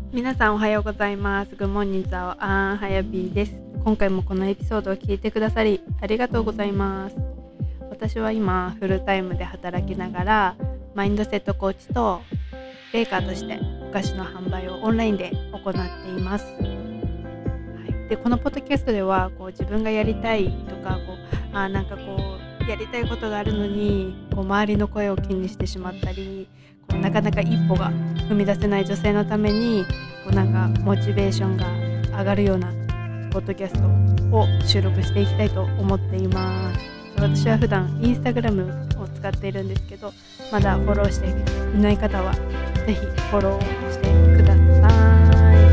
皆さんおはようございます。グッモーニングザオアンハヤビーです。今回もこのエピソードを聞いてくださりありがとうございます。私は今フルタイムで働きながらマインドセットコーチとベーカーとしてお菓子の販売をオンラインで行っています。でこのポッドキャストでは自分がやりたいとかやりたいことがあるのに周りの声を気にしてしまったりなかなか一歩が踏み出せない女性のためにモチベーションが上がるようなポッドキャストを収録していきたいと思っています。私は普段インスタグラムを使っているんですけど、まだフォローしていない方はぜひフォローしてください。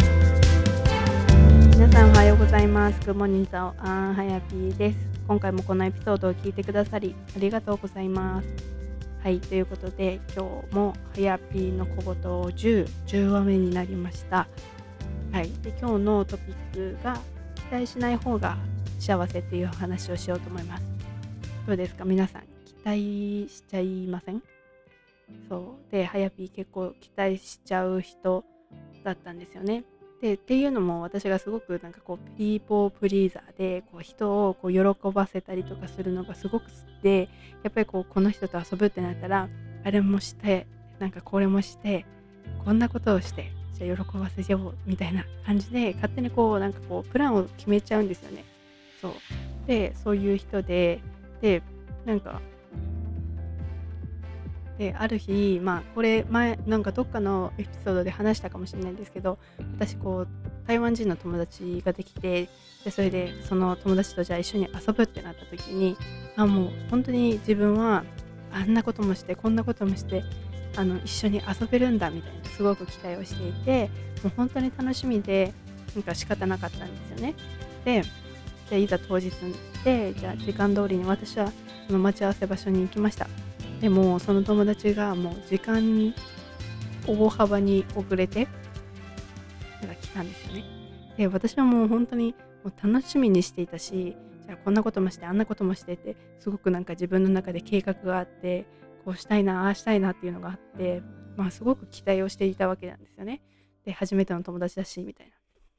皆さんおはようございます。グッモーニングザオアンハヤピーです。今回もこのエピソードを聞いてくださりありがとうございます。はい、ということで今日もはやぴーの小言を10話目になりました。はい、で今日のトピックが期待しない方が幸せっていう話をしようと思います。どうですか皆さん、期待しちゃいません？そうではやぴー結構期待しちゃう人だったんですよね。でっていうのも私がすごくピーポープリーザーで人を喜ばせたりとかするのがすごく好きで、やっぱりこの人と遊ぶってなったらあれもしてこれもしてこんなことをしてじゃあ喜ばせようみたいな感じで勝手にプランを決めちゃうんですよね。そういう人である日、これ前どっかのエピソードで話したかもしれないんですけど、私台湾人の友達ができて、でそれでその友達とじゃあ一緒に遊ぶってなった時にもう本当に自分はあんなこともしてこんなこともして一緒に遊べるんだみたいなすごく期待をしていて、もう本当に楽しみで仕方なかったんですよね。でじゃあいざ当日でじゃあ時間通りに私はその待ち合わせ場所に行きました。でもその友達がもう時間大幅に遅れて来たんですよね。で私はもう本当にもう楽しみにしていたし、じゃあこんなこともしてあんなこともしてってすごく自分の中で計画があって、こうしたいなああしたいなっていうのがあって、すごく期待をしていたわけなんですよね。で初めての友達だしみたいな。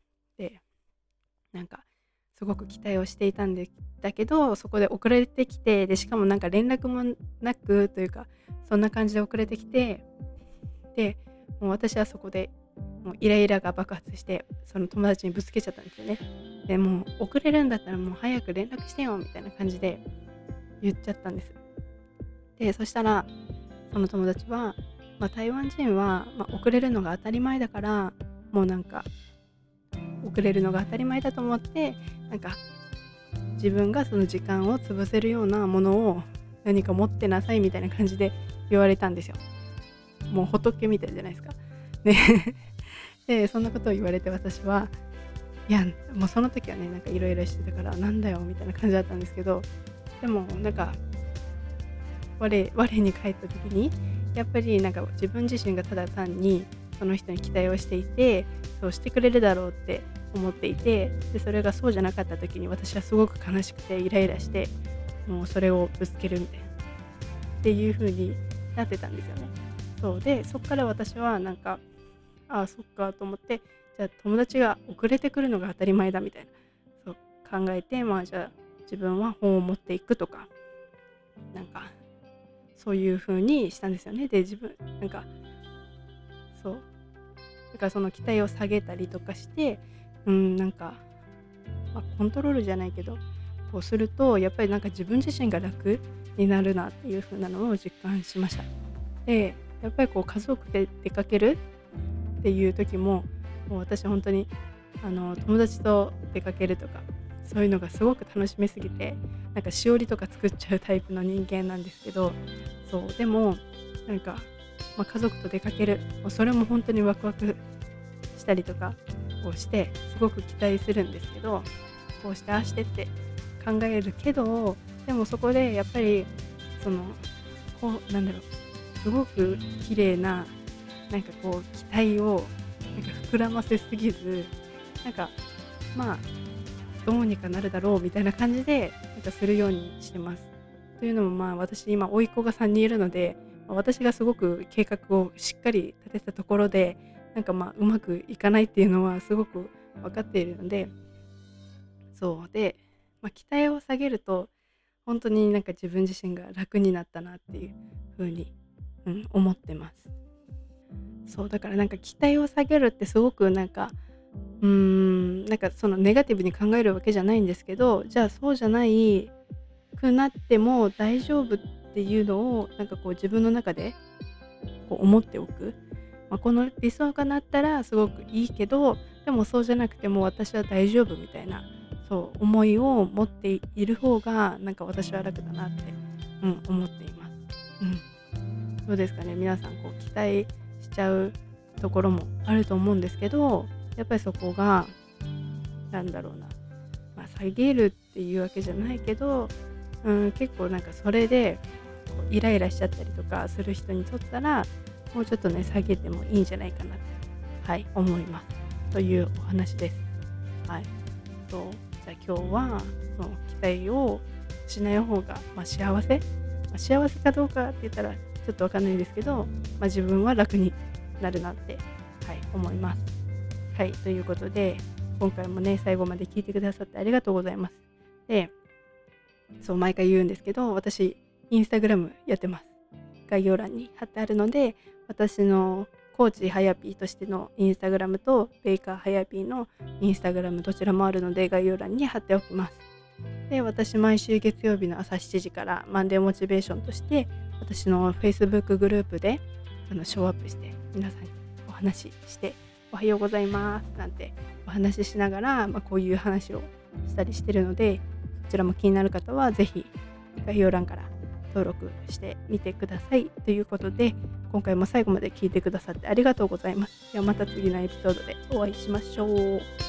ですごく期待をしていたんだけど、そこで遅れてきて、でしかも連絡もなくというかそんな感じで遅れてきて、でもう私はそこでもうイライラが爆発してその友達にぶつけちゃったんですよね。でもう遅れるんだったらもう早く連絡してよみたいな感じで言っちゃったんです。でそしたらその友達は、台湾人は、遅れるのが当たり前だから、もう遅れるのが当たり前だと思って自分がその時間を潰せるようなものを何か持ってなさいみたいな感じで言われたんですよ。もう仏みたいじゃないですかね。でそんなことを言われて、私はいやもうその時はねイライラしてたからなんだよみたいな感じだったんですけど、でも我に返った時にやっぱり自分自身がただ単にその人に期待をしていて、そうしてくれるだろうって思っていて、でそれがそうじゃなかった時に私はすごく悲しくてイライラして、もうそれをぶつけるみたいなっていう風になってたんですよね。そうでそっから私はああそっかと思って、じゃあ友達が遅れてくるのが当たり前だみたいなそう考えて、じゃあ自分は本を持っていくとかそういう風にしたんですよね。で自分そうだからその期待を下げたりとかして、コントロールじゃないけどこうするとやっぱり自分自身が楽になるなっていう風なのを実感しました。でやっぱり家族で出かけるっていう時も、もう私本当に友達と出かけるとかそういうのがすごく楽しみすぎて、しおりとか作っちゃうタイプの人間なんですけど、そうでも家族と出かける、もうそれも本当にワクワクしたりとかをしてすごく期待するんですけど、こうしてああしてって考えるけど、でもそこでやっぱりそのすごく綺麗な期待を膨らませすぎず、どうにかなるだろうみたいな感じでするようにしてます。というのも私今甥っ子が3人いるので、私がすごく計画をしっかり立てたところでなんかうまくいかないっていうのはすごく分かっているので、そうで、期待を下げると本当になんか自分自身が楽になったなっていう風に、思ってます。そうだからなんか期待を下げるってすごくなんかなんかそのネガティブに考えるわけじゃないんですけど、じゃあそうじゃないくなっても大丈夫っていうのをなんかこう自分の中でこう思っておく。この理想がなったらすごくいいけど、でもそうじゃなくても私は大丈夫みたいな、そう思いを持っている方がなんか私は楽だなって、思っています。うん。どうですかね、皆さんこう期待しちゃうところもあると思うんですけど、やっぱりそこがなんだろうな、下げるっていうわけじゃないけど、結構なんかそれでこうイライラしちゃったりとかする人にとったら、もうちょっとね下げてもいいんじゃないかなって、思いますというお話です。はい。そうじゃあ今日はその期待をしない方が、幸せ、幸せかどうかって言ったらちょっとわかんないですけど、自分は楽になるなって、思います。はい、ということで今回もね最後まで聞いてくださってありがとうございます。で、そう毎回言うんですけど、私インスタグラムやってます。概要欄に貼ってあるので、私のコーチはやぴーとしてのインスタグラムとベイカーはやぴーのインスタグラムどちらもあるので概要欄に貼っておきます。で、私毎週月曜日の朝7時からマンデーモチベーションとして私の Facebook グループでショーアップして皆さんにお話しして、おはようございますなんてお話ししながら、こういう話をしたりしてるので、そちらも気になる方はぜひ概要欄から登録してみてくださいということで、今回も最後まで聞いてくださってありがとうございます。ではまた次のエピソードでお会いしましょう。